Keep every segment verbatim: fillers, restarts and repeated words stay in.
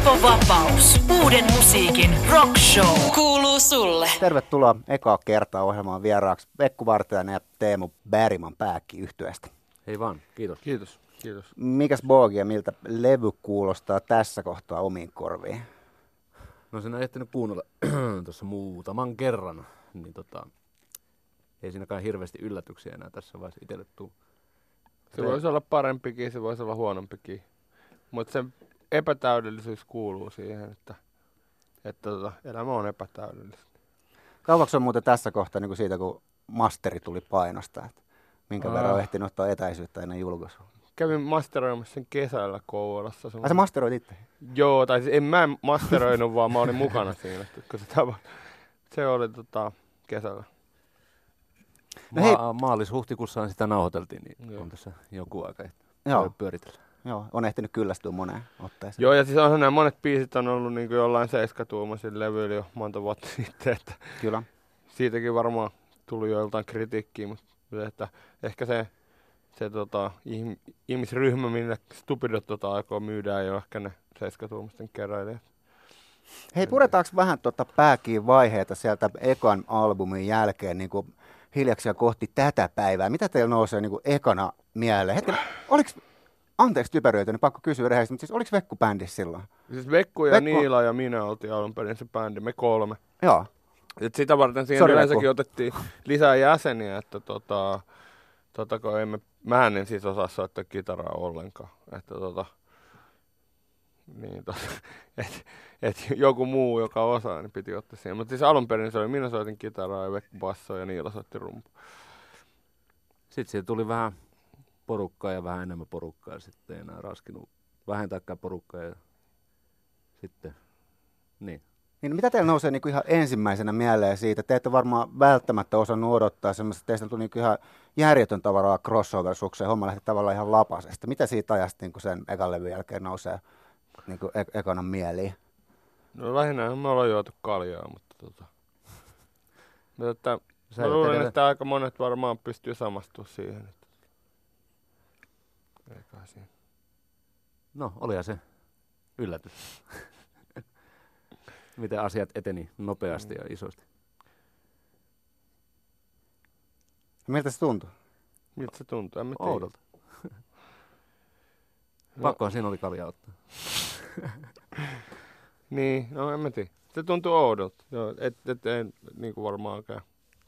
Arvovapaus. Uuden musiikin rock show. Kuuluu sulle. Tervetuloa ekaa kertaa ohjelmaan vieraaksi Vekku Vartiainen ja Teemu Bergman Pääkki-yhtyeestä. Hei vaan, kiitos. Kiitos, kiitos. Mikäs boogi ja miltä levy kuulostaa tässä kohtaa omiin korviin? No sen on ehtinyt kuunnella tuossa muutaman kerran, niin tota, ei siinäkään hirveästi yllätyksiä enää tässä vaiheessa itselle tule. Se voisi olla parempikin, se voisi olla huonompikin, mutta se epätäydellisyys kuuluu siihen, että, että tota, elämä on epätäydellistä. Kauanko on muuten tässä kohtaa niin kuin siitä, kun masteri tuli painosta, että minkä Aa. verran on ehtinyt ottaa etäisyyttä ennen julkaisua? Kävin masteroimassa sen kesällä Kouvolassa. Ai sä masteroit itse? Joo, tai siis en mä masteroinut, vaan mä olin mukana siinä, kun se, tava, se oli tota, kesällä. No hei. Ma- maalis-huhtikuussa sitä nauhoiteltiin, niin Joo. on tässä joku aika Joo. pyöritellä. Joo, on ehtinyt kyllästyä moneen otteeseen. Joo, ja siis onhan nämä monet biisit on ollut niin kuin jollain seiskatuumaisilla levyillä jo monta vuotta sitten, että Kyllä. Siitäkin varmaan tuli jo jotain kritiikkiä, mutta että ehkä se, se tota, ihmisryhmä, millä Stupidot tota aikaa myydään jo ehkä ne seiskatuumaisten keräilijät. Hei, puretaanko vähän tota pääkiin vaiheita sieltä ekan albumin jälkeen niin kuin hiljaksia kohti tätä päivää? Mitä teillä nousee niin kuin ekana mieleen? Hetken, oliks, anteeksi typeryyttä, niin pakko kysyä rehellisesti, mutta siis oliko Vekku bändissä silloin? Siis Vekku ja Vekku... Niila ja minä oltiin alun perin se bändi, me kolme. Joo. Et sitä varten siihen Sorry, yleensäkin Vekku. otettiin lisää jäseniä, että tota, tota, kun emme, mähän en siis osaa soittaa kitaraa ollenkaan. Että tota, niin tota, et, et joku muu, joka osaa, niin piti ottaa siihen. Mutta siis alun perin se oli, minä soitin kitaraa ja Vekku bassoa ja Niila soitti rumpu. Sitten siitä tuli vähän porukkaa ja vähän enemmän porukkaa ja sitten ei enää raskinut vähentääkään porukkaa ja sitten, niin. Niin mitä teillä nousee niin kuin ihan ensimmäisenä mieleen siitä? Te ette varmaan välttämättä osannut odottaa semmoista, teistä tuli niin kuin ihan järjetön tavaraa crossover-sukseen, homma lähti tavallaan ihan lapasesta. Mitä siitä ajasta niin kuin sen ekan levyn jälkeen nousee niin kuin e- ekana mieliin? No lähinnä me ollaan juotu kaljaa, mutta tota, mutta Sä mä luulen, edellä... että aika monet varmaan pystyy samastumaan siihen. Että eikä siinä. No, olihan se yllätys. Miten asiat eteni nopeasti ja isosti. Miltä se tuntui? Miltä se tuntuu? En mä tiedä. Oudolta. Pakkohan siinä oli kaljaa ottaa. Niin, no en mä tiedä. Se tuntuu oudolta. Joo, et, et, en niinku varmaankaan.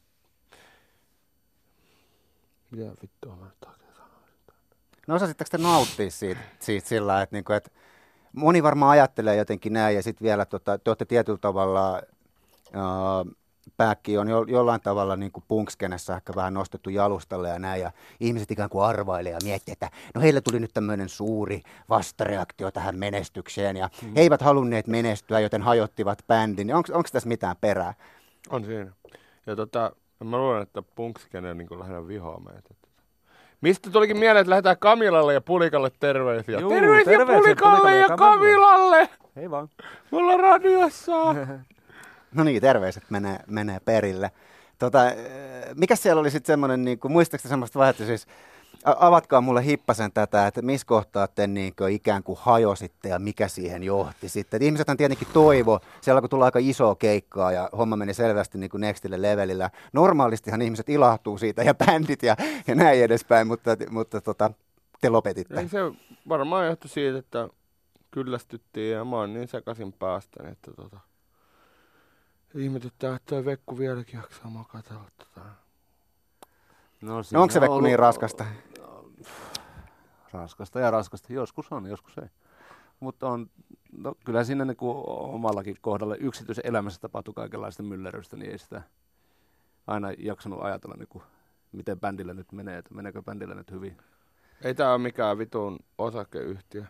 Mitä vittua mä nyt oikein sanoisin? No osasitteko te nauttia siitä, siitä sillä lailla, että, niin kuin, että moni varmaan ajattelee jotenkin näin ja sitten vielä tota, te olette tietyllä tavalla, uh, Pääkki on jo, jollain tavalla niin kuin punkskenessä ehkä vähän nostettu jalustalle ja näin ja ihmiset ikään kuin arvailee ja miettii, että no heillä tuli nyt tämmöinen suuri vastareaktio tähän menestykseen ja mm. he eivät halunneet menestyä, joten hajottivat bändin. Onko tässä mitään perää? On siinä. Ja tota, mä luulen, että punkskene niin lähinnä vihaa meitä. Mistä tulikin mieleen, että lähdetään Kamilalle ja Pulikalle terveisiä. Juu, terveisiä, terveisiä Pulikalle, Pulikalle ja ja Kamilalle! Hei vaan. Me ollaan radiossa! No niin, terveiset menee, menee perille. Tota, mikä siellä oli sitten semmoinen, niin muistatko semmoista vaihetta, siis avatkaa mulle hippasen tätä, että missä kohtaa te niin kuin ikään kuin hajositte ja mikä siihen johti sitten. Et ihmisethän tietenkin toivo, siellä kun tulee aika isoa keikkaa ja homma meni selvästi niin kuin nextille levelillä. Normaalistihan ihmiset ilahtuu siitä ja bändit ja, ja näin edespäin, mutta, mutta tota, te lopetitte. Ei se varmaan johtui siitä, että kyllästyttiin ja mä oon niin sekaisin päästä, että tota, ihmetyttää, että toi Vekku vieläkin jaksaa makatella tota. No, no onko se Vekku ollut... niin raskasta? Raskasta ja raskasta. Joskus on, joskus ei. Mutta on, no, kyllä siinä niin kuin omallakin kohdalla yksityisen elämässä tapahtui kaikenlaista myllerrystä, niin ei sitä aina jaksanut ajatella, niin kuin, miten bändillä nyt menee, että meneekö bändillä nyt hyvin. Ei tää ole mikään vitun osakeyhtiö.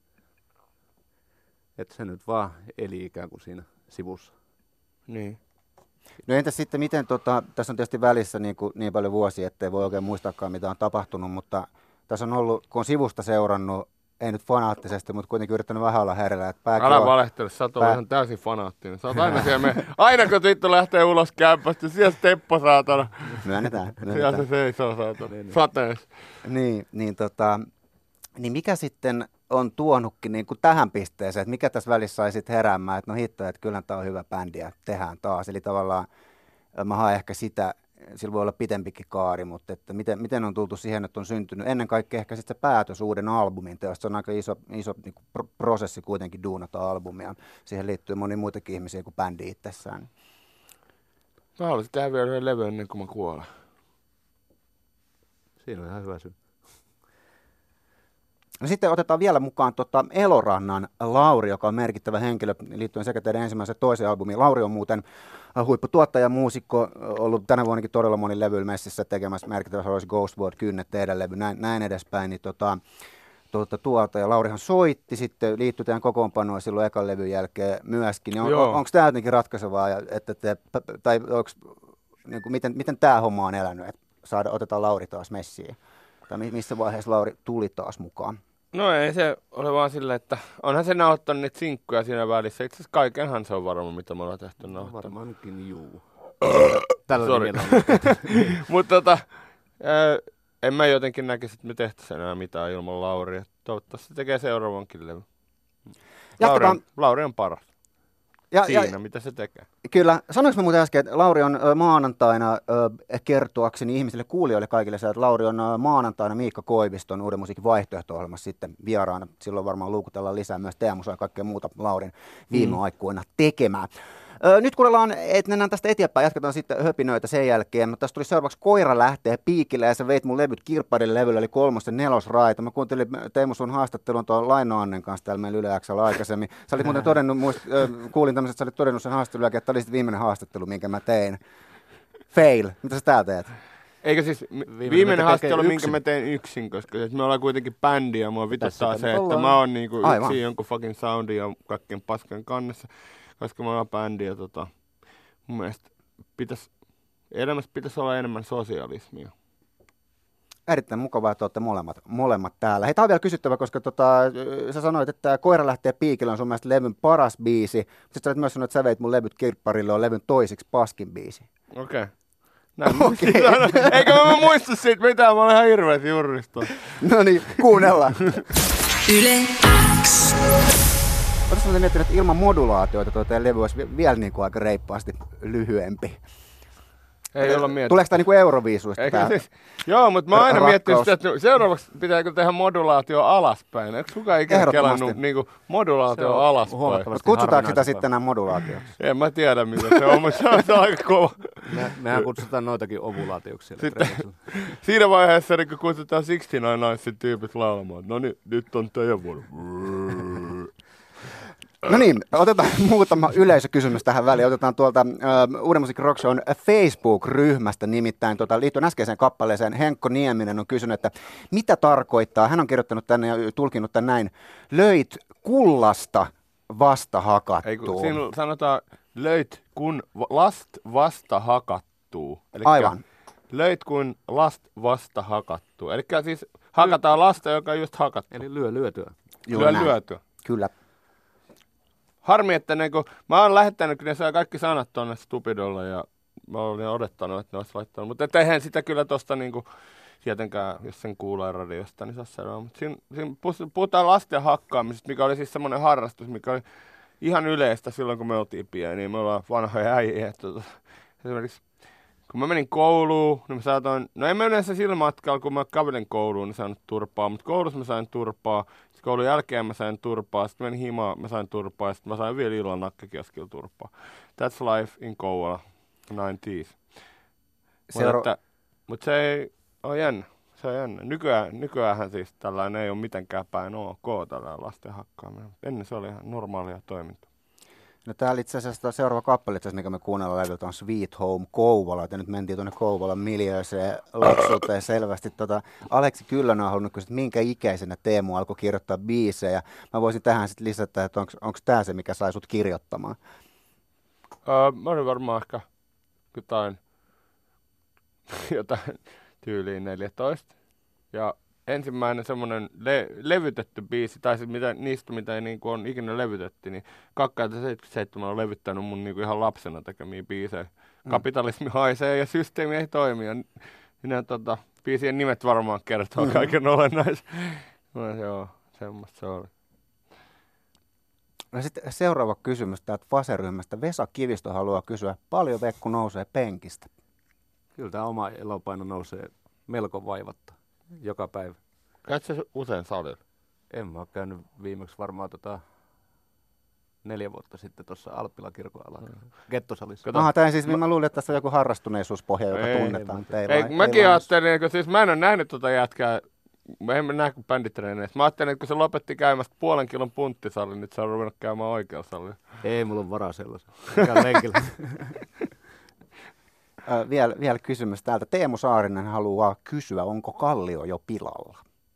Että se nyt vaan eli ikään kuin siinä sivussa. Niin. No entäs sitten miten, tota, tässä on tietysti välissä niin, kuin, niin paljon vuosia, ettei voi oikein muistaakaan mitä on tapahtunut, mutta tässä on ollut, kun on sivusta seurannut, ei nyt fanaattisesti, mutta kuitenkin yrittänyt vähän olla herellä. Että älä on, valehtele, sä oot pää... ihan täysin fanaattinen. Sä oot aina siellä, me... aina kun Titto lähtee ulos kämpästä, siellä Teppo saatana. Myönnetään. Siellä myönnetään. se seisoo saatana, sateessa. Niin, niin, tota, niin mikä sitten on tuonutkin niin kuin tähän pisteeseen, että mikä tässä välissä sai sitten heräämään, että no hitto, että kyllä tämä on hyvä bändi ja tehdään taas. Eli tavallaan mä haen ehkä sitä, sillä voi olla pitempikin kaari, mutta että miten, miten on tultu siihen, että on syntynyt ennen kaikkea ehkä sitten se päätös uuden albumin teosta. Se on aika iso, iso niin kuin pro- prosessi kuitenkin duunata albumia. Siihen liittyy moni muitakin ihmisiä kuin bändi itsessään. Mä haluaisin tehdä vielä yhden levy ennen kuin mä kuolen. Siinä on ihan hyvä syy. No sitten otetaan vielä mukaan tota Elorannan Lauri, joka on merkittävä henkilö liittyen sekä teidän ensimmäiseen ja toiseen albumiin. Lauri on muuten huipputuottaja, muusikko, ollut tänä vuonnakin todella moni levyillä messissä tekemässä merkittävässä roolissa Ghost World, Kynnet, teidän levy, näin, näin edespäin. Niin tota, tuota, tuolta, ja Laurihan soitti sitten, liittyi teidän kokoonpanoon silloin ekan levyn jälkeen myöskin. Niin on, on, onko tämä jotenkin ratkaisevaa, että te, tai onks, niin kuin, miten, miten tämä homma on elänyt, että saada, otetaan Lauri taas messiin? Tai missä vaiheessa Lauri tuli taas mukaan? No ei se ole vaan silleen, että onhan se nauhoittanut niitä sinkkuja siinä välissä. Itse asiassa kaikenhan se on varma, mitä me ollaan tehty nauhoittanut. Varmaankin juu. Tällä Sorry. Mutta tota, äh, en mä jotenkin näkisi, että me tehtäisiin enää mitään ilman Lauria. Toivottavasti se tekee seuraavankin levy. Lauri on, Lauri on paras. Ja, siinä, ja, mitä se tekee. Kyllä. Sanoinko mä muuten äsken, että Lauri on ö, maanantaina ö, kertoakseni ihmisille, kuulijoille kaikille se, että Lauri on ö, maanantaina Miikka Koiviston Uuden musiikin vaihtoehto-ohjelmassa sitten vieraana. Silloin varmaan luukutellaan lisää myös teemusaa ja kaikkea muuta Laurin viime mm. aikoina tekemään. Ö, nyt kuunnellaan, että mennään tästä eteenpäin, jatketaan sitten höpinöitä sen jälkeen, mutta tässä tuli seuraavaksi Koira lähtee piikille ja sä veit mun levyt Kirpparin levyllä, eli kolmos ja nelosraita. Mä kuuntelin Teemu sun haastattelun tuon Laino Annen kanssa täällä meillä Yle X:llä aikaisemmin. Sä olit muuten todennut, muist, ö, kuulin tämmöiset, että sä olit todennut sen haastattelun jälkeen, että tämä oli sitten viimeinen haastattelu, minkä mä tein. Fail. Mitä sä tää teet? Eikö siis viimeinen, viimeinen haastattelu, minkä mä tein yksin, koska siis me ollaan kuitenkin bändi ja mua vituttaa se, että ollaan. Mä oon niinku yksin jonkun fucking soundin ja kaikkien paskan kannessa, koska mä oon bändi ja tota, mun mielestä pitäis, elämässä pitäisi olla enemmän sosialismia. Erittäin mukavaa, että olette molemmat, molemmat täällä. Hei, tää on vielä kysyttävä, koska tota, sä sanoit, että Koira lähtee piikille on sun mielestä levyn paras biisi. Sitten sä olet myös sanonut, että sä veit mun levyt Kirpparille on levyn toisiksi paskin biisi. Okei. Okay. Okay. Eikä mä muista siitä mitään, mä olen ihan hirveet jurrista. No niin, kuunnellaan. Yle X. Oletko sä miettinyt, että ilman modulaatioita tuo teidän levy olisi vielä niin kuin aika reippaasti lyhyempi? Ei olla miettinyt. Tuleeko tämä niin kuin Euroviisuista? Siis, joo, mutta mä oon aina miettinyt sitä, että seuraavaksi pitääkö tehdä modulaatio alaspäin. Eikö kukaan ikinä kelannut niin kuin modulaatio alaspäin? Kutsutaanko sitä sitten enää modulaatioksi? En mä tiedä, mitä se on, mutta se on aika kova. Me, mehän kutsutaan noitakin ovulaatioksi. Siinä vaiheessa, kun kutsutaan kuusikymmentäyhdeksän Nicesin tyypit laulamaan, no niin, nyt on teidän vuoro. No niin, otetaan muutama yleisökysymys tähän väliin. Otetaan tuolta uh, Uuden musiikin Rock Shown Facebook-ryhmästä, nimittäin tuota, liittyen äskeiseen kappaleeseen. Henkko Nieminen on kysynyt, että mitä tarkoittaa, hän on kirjoittanut tänne ja tulkinut tämän näin, löit kullasta vasta hakattuu. Ei, siinä sanotaan, löit kun last vasta hakattuu. Elikkä aivan. Löit kun last vasta hakattuu. Eli siis hakataan lasta, joka on just hakattu. Eli lyö lyötyä. Lyö lyötyä. Kyllä. Harmi, että niinku, mä oon lähettänyt kyllä saa kaikki sanat tuonne Stupidolle ja mä olin odottanut, että ne olisi laittanut. Mutta eihän sitä kyllä tosta niinku, tietenkään, jos sen kuulee radiosta, niin se on selvä. Mutta siinä, siinä puhutaan lasten hakkaamisesta, mikä oli siis semmoinen harrastus, mikä oli ihan yleistä silloin, kun me oltiin pieniä. Niin me ollaan vanhoja äijä. Tota, esimerkiksi kun mä menin kouluun, niin mä saatoin, no en mä yleensä sillä matkalla, kun mä kävelin kouluun, niin saanut turpaa, mutta koulussa mä sain turpaa. Sitten koulun jälkeen mä sain turpaa, sitten menin himaan, mä sain turpaa, ja sitten mä sain vielä illan nakkakioskilla turpaa. That's life in Kouvola, nineties. Seura- mutta, mutta se ei ole jännä, se on jännä. Nykyään, nykyäänhän siis tällainen ei ole mitenkään päin ok, tällainen lasten hakkaaminen. Ennen se oli ihan normaalia toimintaa. No täällä itse asiassa seuraava kappale, itse asiassa, mikä me kuunnellaan levyltä, on Sweet Home Kouvola. Ja nyt mentiin tuonne Kouvolan miljööseen lapsuuteen selvästi. Tota, Aleksi Kyllönen on halunnut kysyä, että minkä ikäisenä Teemu alkoi kirjoittaa biisejä. Mä voisin tähän sitten lisätä, että onko tämä se, mikä sai sut kirjoittamaan? Öö, mä olin varmaan ehkä jotain, jotain tyyliin neljätoista. Ja ensimmäinen semmoinen le- levytetty biisi, tai siis mitä, niistä, mitä ei niin kuin on ikinä levytetty, niin kaksituhattaseitsemänkymmentäseitsemän on levyttänyt mun niin kuin ihan lapsena tekemiä biisejä. Mm. Kapitalismi haisee ja systeemi ei toimi. Ja ne, tota, biisien nimet varmaan kertoo kaiken mm. olennaisen. No, joo. semmoista se oli. No sitten seuraava kysymys täältä Fase-ryhmästä. Vesa Kivistö haluaa kysyä, paljon Vekku nousee penkistä? Kyllä tämä oma elopaino nousee melko vaivatta joka päivä. Käytkö sä usein salilla? En mä ole käynyt viimeksi varmaan tota neljä vuotta sitten tuossa Alppila kirkon alalla, Gettosalissa. Aha, tämä siis, mä luulin, että tässä on joku harrastuneisuuspohja, joka ei, tunnetaan. Ei, ei, ei, mäkin ajattelin, että siis mä en ole nähnyt tuota jätkää, mä en näe kuin bänditreeneissä. Mä ajattelin, että kun se lopetti käymästä puolen kilon punttisalli, niin se on ruvennut käymään oikealla salilla. Ei, mulla on varaa sellaisen. Käyn lenkillä. Vielä, vielä kysymys täältä. Teemu Saarinen haluaa kysyä, onko Kallio jo pilalla?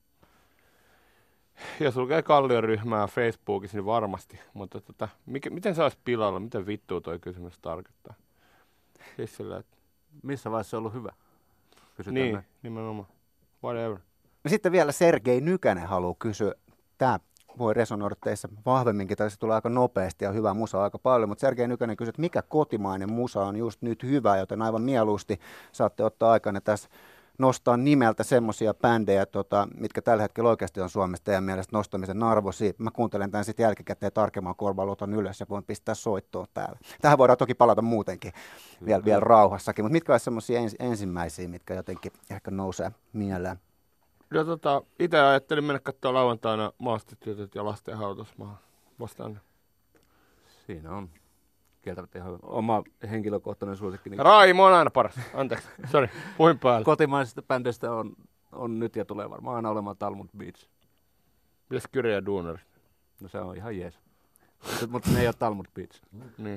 Jos lukee Kallion ryhmää Facebookissa, niin varmasti. Mutta tota, mikä, miten se olisi pilalla? Miten vittua toi kysymys tarkoittaa? Siis sillä, että... Missä vaiheessa se on ollut hyvä? Kysytään niin, näin. nimenomaan. Whatever. No sitten vielä Sergei Nykänen haluaa kysyä. Tämä voi resonoida teissä vahvemminkin, tai se tulee aika nopeasti ja hyvää musaa aika paljon. Mutta Sergei Nykänen kysyy, että mikä kotimainen musa on just nyt hyvä, joten aivan mieluusti saatte ottaa aikanne tässä nostaa nimeltä semmoisia bändejä, tota, mitkä tällä hetkellä oikeasti on Suomessa teidän mielestä nostamisen arvoisia. Mä kuuntelen tämän sitten jälkikäteen tarkemman korvalla, otan ylös ja voin pistää soittoon täällä. Tähän voidaan toki palata muutenkin vielä, vielä rauhassakin, mutta mitkä olisi semmoisia ens, ensimmäisiä, mitkä jotenkin ehkä nousee mieleen? Ja tota, itse ajattelin mennä katsoa lauantaina Maastitytöt ja lasten hautasmaa vastaan. Siinä on. Kieltämättä ihan oma henkilökohtainen suosikki. Niin Raimo on aina paras. Anteeksi. Sori, puhuin päälle. Kotimaisista bändeistä on, on nyt ja tulee varmaan aina olemaan Talmud Beach. Mitäs Kyrö ja Duunari? No se on ihan jees. Mutta ne ei ole Talmud Beach. Niin.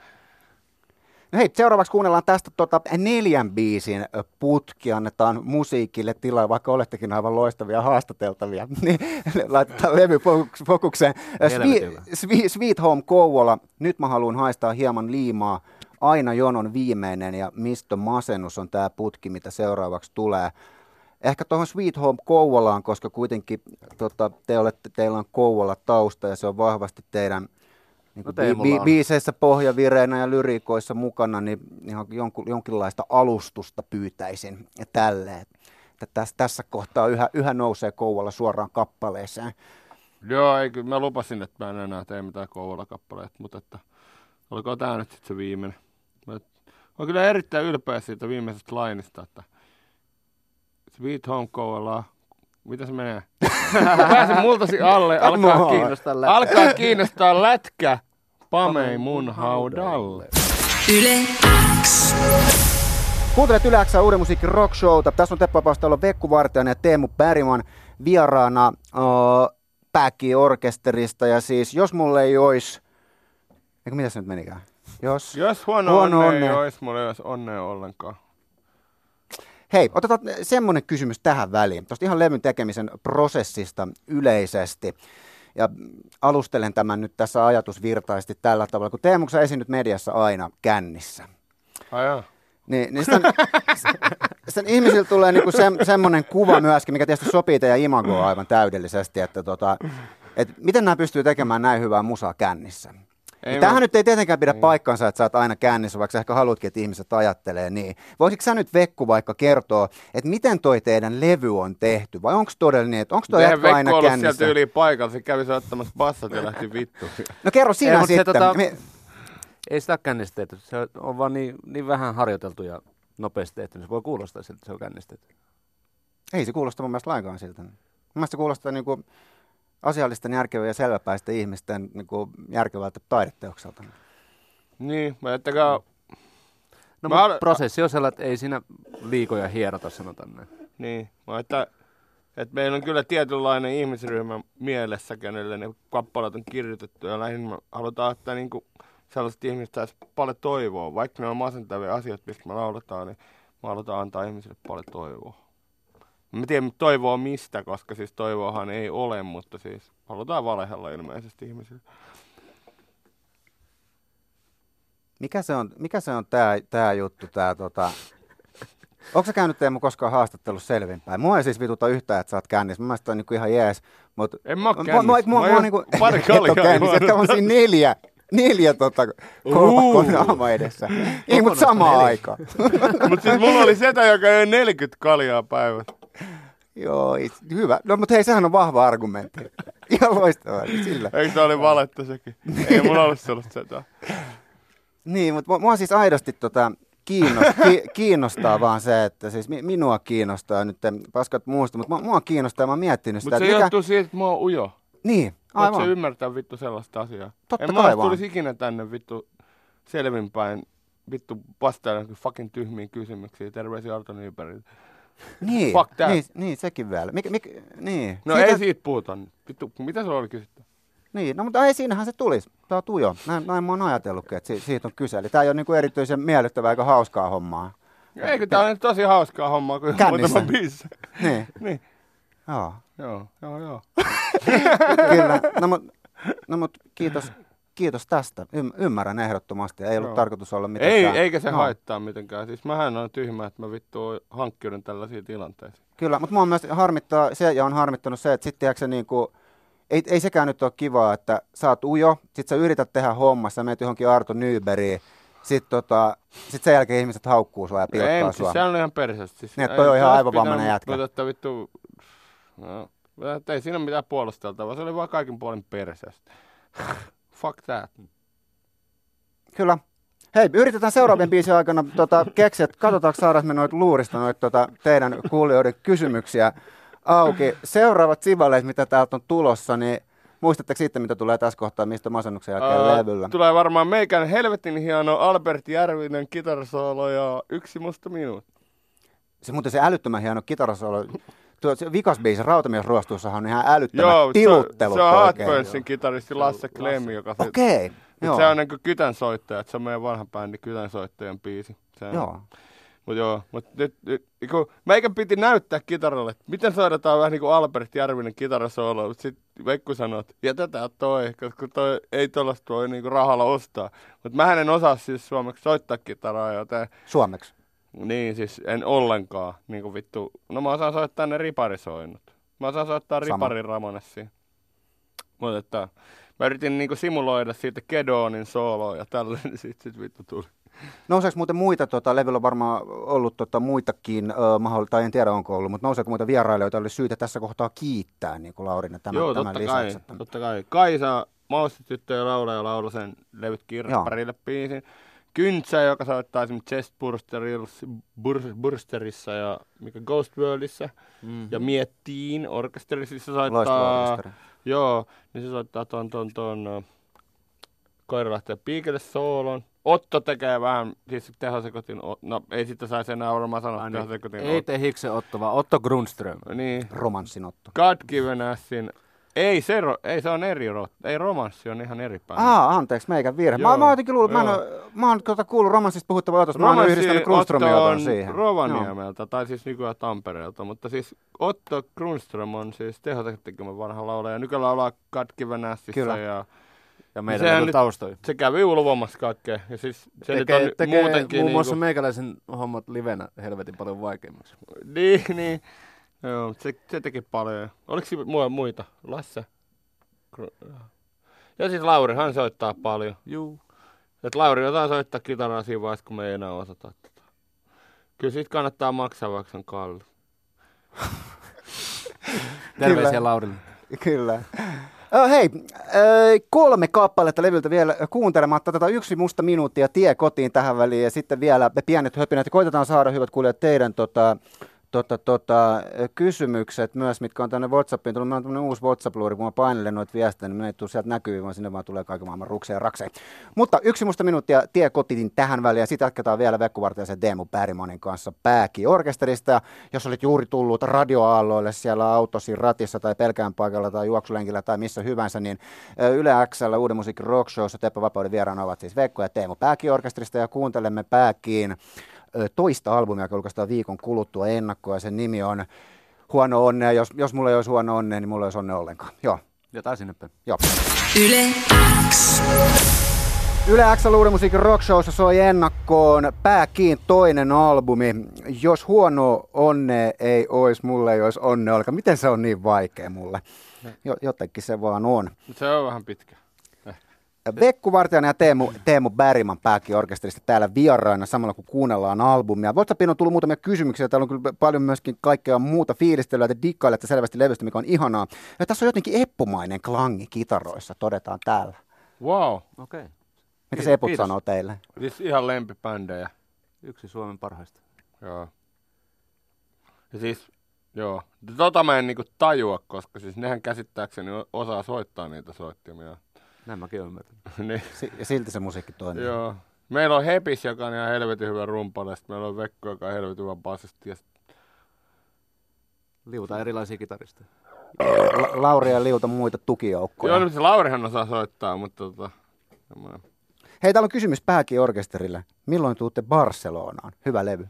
No hei, seuraavaksi kuunnellaan tästä tota neljän biisin putki, annetaan musiikille tilaa, vaikka olettekin aivan loistavia haastateltavia, niin laitetaan levy fokukseen. Sweet, Sweet, Sweet Home Kouvola, nyt mä haluan haistaa hieman liimaa, Aina jonon viimeinen ja Mistö masennus on tämä putki, mitä seuraavaksi tulee. Ehkä tuohon Sweet Home Kouvolaan, koska kuitenkin tota, te olette, teillä on Kouvola tausta ja se on vahvasti teidän niin no bi- bi- biiseissä pohjavireenä ja lyriikoissa mukana, niin ihan jonkun, jonkinlaista alustusta pyytäisin ja tälleen. Että tässä, tässä kohtaa yhä, yhä nousee Kouvola suoraan kappaleeseen. Joo, ei, mä lupasin, että mä en enää tee mitään Kouvola-kappaleet, mutta että olikoon tää nyt sitten se viimeinen. Mä olen kyllä erittäin ylpeä siitä viimeisestä lainista, että Sweet Home Kouvola, mitä se menee? Pääsin multasi alle, alkaa kiinnostaa lätkä. Alkaa kiinnostaa lätkä. Pamei mun haudalle. Yle X. Kuuntelet Yle X:ää Uuden musiikin rock showta. Tässä on Teppo Paustalla Vekku Vartiainen ja Teemu Bergman vieraana uh, Päki-orkesterista. Ja siis jos mulle ei ois... Eikö mitä se nyt menikään? Jos, jos huono, huono onne ei ois, mulla ei ois onnea ollenkaan. Hei, otetaan semmoinen kysymys tähän väliin. Tuosta ihan levyn tekemisen prosessista yleisesti. Ja alustelen tämän nyt tässä ajatusvirtaisesti tällä tavalla, kun Teemu, sä esiinnyt mediassa aina kännissä. Ai jaa. Niin, niin sitten, sitten ihmisillä tulee niinku se, semmoinen kuva myöskin, mikä tietysti sopii teidän imagoon aivan täydellisesti, että tota, et miten nämä pystyy tekemään näin hyvää musaa kännissä. Niin tämähän nyt ei tietenkään pidä ei. paikkansa, että sä oot aina kännissä, vaikka sä ehkä haluatkin, että ihmiset ajattelee niin. Voisitko sä nyt, Vekku, vaikka kertoa, että miten toi teidän levy on tehty, vai onko todellinen, että onko toi jätkä aina kännissä? Vekku ollut sieltä yli paikalla, se kävi soittamassa bassat ja lähti vittuun. No kerro sinä ei, sitten. Se, tota, Me... Ei sitä ole kännistä, se on vaan niin, niin vähän harjoiteltu ja nopeasti tehty, se voi kuulostaa siltä, että se on kännistetty. Ei se kuulosta mun mielestä lainkaan siltä. Mun mielestä se kuulostaa niin kuin asiallisten, järkevää ja selväpäisten ihmisten niin kuin järkevältä taideteokselta. Niin, mä ettekä... No mä... prosessi on sellainen, että ei siinä liikoja hierota, sanotaan näin. Niin, mä että, että meillä on kyllä tietynlainen ihmisryhmä mielessä, kenelle ne kappaleet on kirjoitettu ja lähinnä halutaan, että niin kuin sellaiset ihmiset saisi paljon toivoa. Vaikka ne on masentavia asioita, mistä me lauletaan, niin me halutaan antaa ihmisille paljon toivoa. Mä tiedän toivoa mistä, koska siis toivoahan ei ole, mutta siis halutaan valehella ilmeisesti ihmisille. Mikä se on, mikä se on tää, tää juttu, tää tota... Onko sä käynyt Teemu koskaan haastattelussa selvinpäin? Mua ei siis vituta yhtään, että sä oot kännissä. Mä mielestä toi on niinku ihan jees. Mut... En mä oo kännissä. Mua, mua, mua, mua niinku... Pari kalliaa. Että on siinä neljä. Neljä tota kolpakon edessä. Ei, mutta samaan aikaan. Mutta siis mulla oli setä, joka ei neljäkymmentä kaljaa päivässä. Joo, hyvä. No mutta hei, sehän on vahva argumentti. Ihan loistavaa. Sillä. Eikö se oli valetta sekin? Ei mulla ollut sellaista sitä. Niin, mutta mua siis aidosti tota, kiinnostaa, ki, kiinnostaa vaan se, että siis minua kiinnostaa nyt, paskat muusta, mutta mua, mua kiinnostaa ja mä oon miettinyt sitä. Mutta se mikä... johtuu siitä, että mä oon ujo. Niin, aivan. Voitko sä ymmärtää vittu sellaista asiaa? Totta en kai mä tulisi ikinä tänne vittu selvinpäin vittu vastaamaan fucking tyhmiin kysymyksiin. Terveisiä Arto Nybergiltä. Niin, Fuck that. niin, niin, sekin vielä. Mik, mik, niin. No siitä... ei siitä puhuta. Vittu, mitä sulla oli kysytty? Niin, no mutta ei siinähän se tulisi. Tää on tujo. Näin, näin mä oon ajatellutkin, että si, siitä on kyse. Eli tää ei ole niinku erityisen miellyttävää eikä hauskaa hommaa. Eikö tää on tosi hauskaa hommaa, kun muutama biisi. Niin. Niin. Joo. Joo, joo, joo. Kyllä. No mut, no, mut kiitos, kiitos tästä. Ym, ymmärrän ehdottomasti. Ei ollut joo. tarkoitus olla mitenkään. Ei, eikä se no. haittaa mitenkään. Siis mähän on tyhmä, että mä vittu hankkiudun tällaisiin tilanteisiin. Kyllä, mutta mua myös harmittaa se, ja on harmittanut se, että sitten se niinku, ei, ei sekään nyt ole kivaa, että sä oot ujo, sit sä yrität tehdä hommassa, menet johonkin Arto Nybergiin, sit, tota, sit sen jälkeen ihmiset haukkuu sua ja pilkkaa ei, sua. Siis se on ihan perseestä. Siis, niin, toi on ihan aivovammainen jätkä. Mutta että vittu, no, ei siinä ole mitään puolusteltavaa, se oli vaan kaikin puolin perseestä. Fuck that. Kyllä. Hei, yritetään seuraavien biisien aikana tota, keksiä, että katsotaanko saadaan me noita luurista noita tota, teidän kuulijoiden kysymyksiä auki. Seuraavat sivaleet, mitä täältä on tulossa, niin muistatteko sitten, mitä tulee tässä kohtaa, mistä masennuksen jälkeen Ää, levyllä? Tulee varmaan meikän helvetin hieno Albert Järvinen kitarasoolo ja yksi musta minuutti. Se muuten se älyttömän hieno kitarasoolo. Tuo se vikas biisi, Rautamies ruostuussahan on ihan älyttömän Joo, tiluttelu. Se, se on Hotburnsin kitaristi Lasse Klemmi, joka se, Okei. Okay, se on niin kuin kytänsoittaja, että se on meidän vanha bändi kytänsoittajan biisi. Se on, joo. Mut joo, mut nyt, nyt kun meikä piti näyttää kitaralle, että miten soitetaan vähän niin kuin Albert Järvinen kitarasoolo, mutta sitten Veikku sanoi, että jätetään toi, koska toi ei tuollaista voi niinku rahalla ostaa. Mutta mä en osaa siis suomeksi soittaa kitaraa, joten... Suomeksi? Niin, siis en ollenkaan. Niin kuin vittu, no mä osaan soittaa ne riparisoinnut. Mä osaan soittaa riparin Ramonessia. Mutta että mä yritin niinku simuloida siitä Kedonin sooloa ja tällainen, niin sit, sit vittu tuli. Nouseeko muuten muita, tota, levyllä on varmaan ollut tota, muitakin, ö, mahdollista, tai en tiedä onko ollut, mutta nouseeko muita vierailijoita, oli syytä tässä kohtaa kiittää, niin kuin Laurina, tämän, Joo, tämän totta lisäksi. Kai, totta kai. Kaisa, Maustetyttö ja Laula ja Laula sen levyt kirpparille biisin. Kyntsä, joka soittaa esimerkiksi Chest Bursterissa ja mikä Ghost Worldissa. Mm-hmm. Ja Miettiin orkesterissa soittaa. Joo, niin se soittaa ton ton ton uh, Koiralahti ja Piikelle soolon. Otto tekee vähän, siis tehosekotin, no ei sitä saisi enää varmaan sanoa tehosekotin. Ei tee Hiksen Otto, vaan Otto Grundström. Niin. Romanssin Otto. God Given Assin. Ei se, ei se on eri, ei Romanssi on ihan eri päin. Aa, anteeksi, meikän virhe. Joo, mä, mä oon jotenkin luullut, mä, mä oon kuullut Romanssista puhuttavaa Otosta, mä oon yhdistänyt Grundströmin Oton siihen. Rovaniemeltä, no. Tai siis nykyään Tampereelta, mutta siis Otto Grundström on siis tehotekemä vanha laulaja, ja nykyään laulaa God Given Assissa ja... Ja meidän on taustoja. Se kävi ulvomassa kaikkea. Ja siis se tekee, nyt on tekee muutenkin muun muassa niinku... meikäläisen hommat livenä helvetin paljon vaikeammaksi. Niin, niin. Joo, se, se teki paljon. Oliko siinä muita? Lasse? Ja siis Laurihan soittaa paljon. Juu. Et Lauri osaa soittaa kitaraa siinä vaiheessa, kun me ei enää osata tätä. Kyllä siitä kannattaa maksaa, vaikka se on kallis. Terveisiä Laurille. Kyllä. Oh, hei, kolme kappaletta levyltä vielä kuuntelematta. Tätä yksi musta minuuttia tie kotiin tähän väliin ja sitten vielä pienet höpinät. Koitetaan saada, hyvät kuulijat, teidän tota, tota, tota, kysymykset myös, mitkä on tänne WhatsAppiin tullut. Meillä on tämmöinen uusi WhatsApp-luuri, kun mä painelen noita viestejä, niin ne ei tule sieltä näkyviin, vaan sinne vaan tulee kaiken maailman rukseja ja rakseja. Mutta yksi musta minuuttia tie kotiin tähän väliin ja sitten jatketaan vielä Vekku Vartiaisen Teemu Bergmanin kanssa Pääki-orkesterista. Jos olit juuri tullut radioaalloille siellä autosi ratissa tai pelkään paikalla tai juoksulenkillä tai missä hyvänsä, niin Yle X:llä Uuden musiikin rockshowssa Teppo Vapauden vieraana ovat siis Vekku ja Teemu Pääki-orkesterista ja kuuntelemme Pääkiin toista albumia, joka julkaistaan viikon kuluttua ennakkoa, ja sen nimi on Huono onnea. Jos, jos mulla ei olisi huono onnea, niin mulla ei olisi onnea ollenkaan. Joo. Jotain sinne päin. Joo. Yle X. Yle X Uuden musiikin rockshowssa soi ennakkoon Pääkiin toinen albumi. Jos huono onnea ei olisi, mulla ei olisi onnea ollenkaan. Miten se on niin vaikea mulle? Jo, jotenkin se vaan on. Se on vähän pitkä. Vekku Vartiainen ja Teemu, Teemu Bergman Pääkki-orkesterista täällä vieraina samalla kun kuunnellaan albumia. WhatsAppiin on tullut muutamia kysymyksiä. Täällä on kyllä paljon myöskin kaikkea muuta fiilistelyä. Te dikkailette selvästi levystä, mikä on ihanaa. Ja tässä on jotenkin eppumainen klangi kitaroissa, todetaan täällä. Wow. Okei. Okay. Mitä se Eput sanoo teille? Siis ihan lempibändejä. Yksi Suomen parhaista. Joo. Ja siis, joo. Tota mä en niinku tajua, koska siis nehän käsittääkseni osaa soittaa niitä soittimia. Näin mäkin ymmärrän. Niin. Ja silti se musiikki toimii. Joo. Meillä on Hepis, joka on ihan helvetin hyvä rumpali. Meillä on Vekku, joka on helvetin hyvä basisti. Liutaan erilaisia kitaristeja. La- Lauri ja Liuta muita tukijoukkoja. Joo, nyt se Laurihan osaa soittaa, mutta tota... Semmoinen. Hei, täällä on kysymys Pääkki-orkesterille. Milloin tuutte Barcelonaan? Hyvä levy.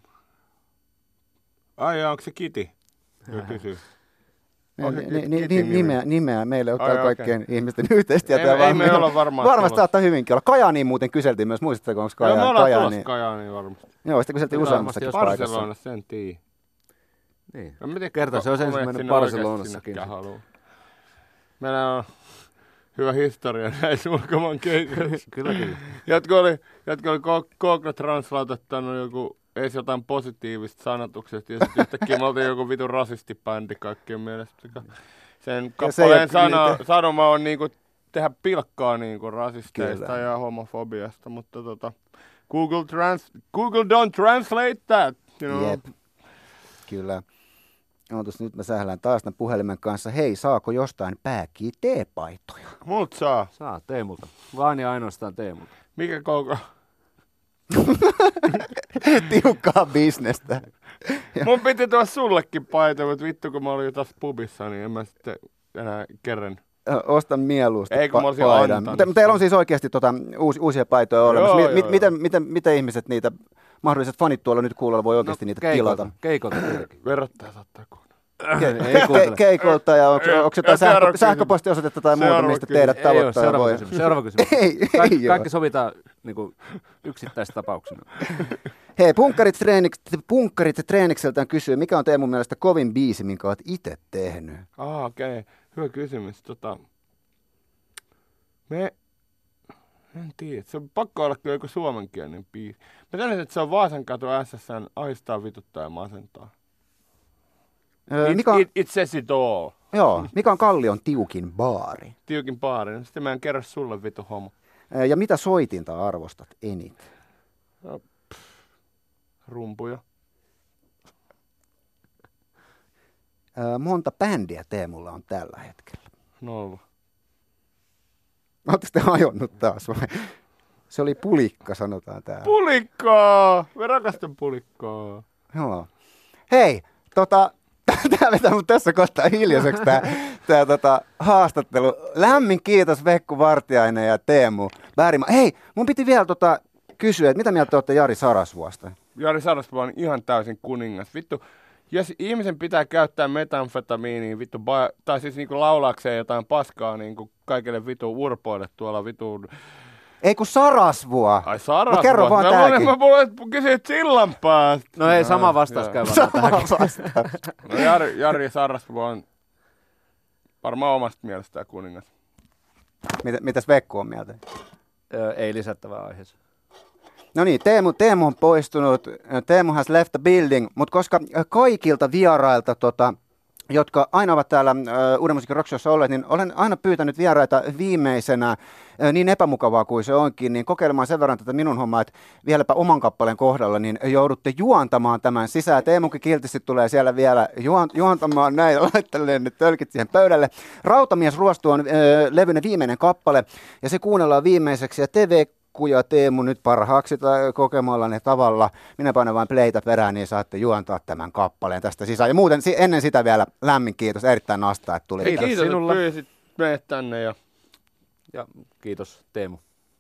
Ai, onko se Kiti? Joo, kysyy. Ni, ni, ni, nimeä, nimeä meille on täällä Ai, kaikkien okay. ihmisten yhteistyötä. Ei, ei me olla varmaan Varmasti saattaa hyvinkin olla. Kajaaniin muuten kyseltiin myös, muistatteko, onko Kajaani? Joo, me ollaan Kajaani. tulossa Kajaaniin varmasti. Joo, sitä kyseltiin useammassakin paikassa. Barcelonassa sen tii. Niin. No, miten Kerta se on ensimmäinen Barcelonassakin. Meillä on hyvä historia näissä ulkomaan keikoissa. Kyllä, kyllä. Jotka oli, jotka oli Google Translate ottanut joku, edes jotain positiivista sanatuksesta, ja sitten yhtäkkiä me oltiin joku vitun rasistibändi kaikkien mielestä. Sen kappaleen sana, sanoma on niinku tehdä pilkkaa niinku rasisteista kyllä. Ja homofobiasta, mutta tota, Google, trans, Google don't translate that, you know. Jep. Kyllä. Ootus, nyt mä sählään taas tämän puhelimen kanssa. Hei, saako jostain Pääkkiä teepaitoja? Mut saa. Saa, Teemulta. Vaan ja ainoastaan Teemulta. Mikä koko? Tiukkaa bisnestä. Mun piti tuoda sullekin paita, mutta vittu kun mä olin jo taas pubissa, niin en mä sitten enää kerran. Ostan mieluusti Ei, kun mä olisin paidan. antanut. Mutta teillä on siis oikeasti tota, uusi, uusia paitoja olemassa. Joo, Mi- joo, miten, miten, miten ihmiset niitä, mahdolliset fanit tuolla nyt kuulolla voi oikeasti no, niitä keikolta, tilata? Keikolta tietenkin. Verottaja saattaa kuunnella. Ei kuuntele. Keikolta ja onko, onko jotain sähkö, sähköpostiosoitetta tai muuta, mistä teidät tavoittaa? Seuraava voi... kysymys. Seuraava kysymys. ei, Kaik, ei kaikki sovitaan niin kuin, yksittäistapauksena. Hei, punkkarit, treeniks, punkkarit treenikseltään kysyy, mikä on Teemun mielestä kovin biisi, minkä olet itse tehnyt? Ah, okei. Okay. Hyvä kysymys. Tota, me... En tiedä. Se on pakko olla kyllä joku suomenkielinen biisi. Mä tiedän, että se on Vaasankatu S S N ahistaa, vituttaa ja masentaa. Öö, It, mikä on, it, it says it all. joo, mikä on Kallion tiukin baari? Tiukin baari. Sitten mä en kerro sulle vitu homo. Öö, ja mitä soitinta arvostat eniten? No, pff, rumpuja. Öö, monta bändiä Teemulla on tällä hetkellä? Nolla. Oletteko te hajonnut taas vai? Se oli pulikka, sanotaan täällä. Pulikkaa! Me rakastan pulikkaa. Joo. Hei, tota, tää vetää mut tässä kohtaa hiljaiseksi tää, tää tota, haastattelu. Lämmin kiitos Vekku Vartiainen ja Teemu Bergman. Hei, mun piti vielä tota, kysyä, että mitä mieltä te olette Jari Sarasvuosta? Jari Sarasvuo on ihan täysin kuningas. Vittu, jos ihmisen pitää käyttää metamfetamiiniin, vittu, ba- tai siis niinku laulaakseen jotain paskaa niinku kaikille vittu urpoille tuolla vittu... Ei kun Sarasvuo. Ai Sarasvuo. No kerro vaan mä tääkin. Mä luulen, että kysyit sillan päästä. No ei, sama vastaus käy Sama vastaus. No Jari, Jari Sarasvuo on varmaan omasta mielestään kuningas. Mitä, mitäs Vekku on mieltä? Öö, ei lisättävää aiheessa. No niin, Teemu, Teemu on poistunut, Teemu has left the building, mutta koska kaikilta vierailta, tota, jotka aina ovat täällä uh, Uuden musiikin rockshowssa olleet, niin olen aina pyytänyt vieraita viimeisenä, uh, niin epämukavaa kuin se onkin, niin kokeilemaan sen verran tätä minun hommaa, että vieläpä oman kappaleen kohdalla, niin joudutte juontamaan tämän sisään. Teemukin kiltisti tulee siellä vielä juon, juontamaan näin, laittelee ne tölkit siihen pöydälle. Rautamies ruostu on uh, levyinen viimeinen kappale, ja se kuunnellaan viimeiseksi, ja T V ja Teemu nyt parhaaksi tai kokemallanne tavalla. Minä panen vain playtä perään, niin saatte juontaa tämän kappaleen tästä sisään. Ja muuten ennen sitä vielä lämmin kiitos, erittäin nastaa, että tuli. Kiitos, kiitos sinulle. Että pyysit meidät tänne. Ja, ja kiitos Teemu.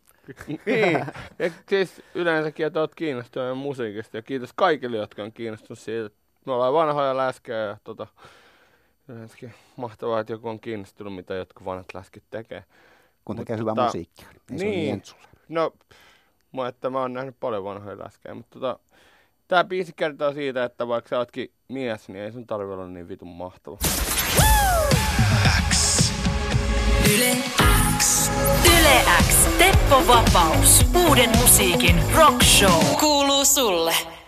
Niin, ja siis yleensäkin, että olet kiinnostunut musiikista. Ja kiitos kaikille, jotka on kiinnostunut siitä. Me ollaan vanhoja läskejä ja tota, yleensäkin mahtavaa, että joku on kiinnostunut, mitä jotkut vanhat läskit tekee. Kun tekee hyvää tota, musiikkia. Ei niin. No, mä, että mä oon nähnyt paljon vanhoja läskejä, mutta tota, tää biisi kertoo siitä, että vaikka sä ootkin mies, niin ei sun tarvi olla niin vitun mahtava. X. Yle X. Yle X. Teppo Vapaus. Uuden musiikin rock show. Kuuluu sulle.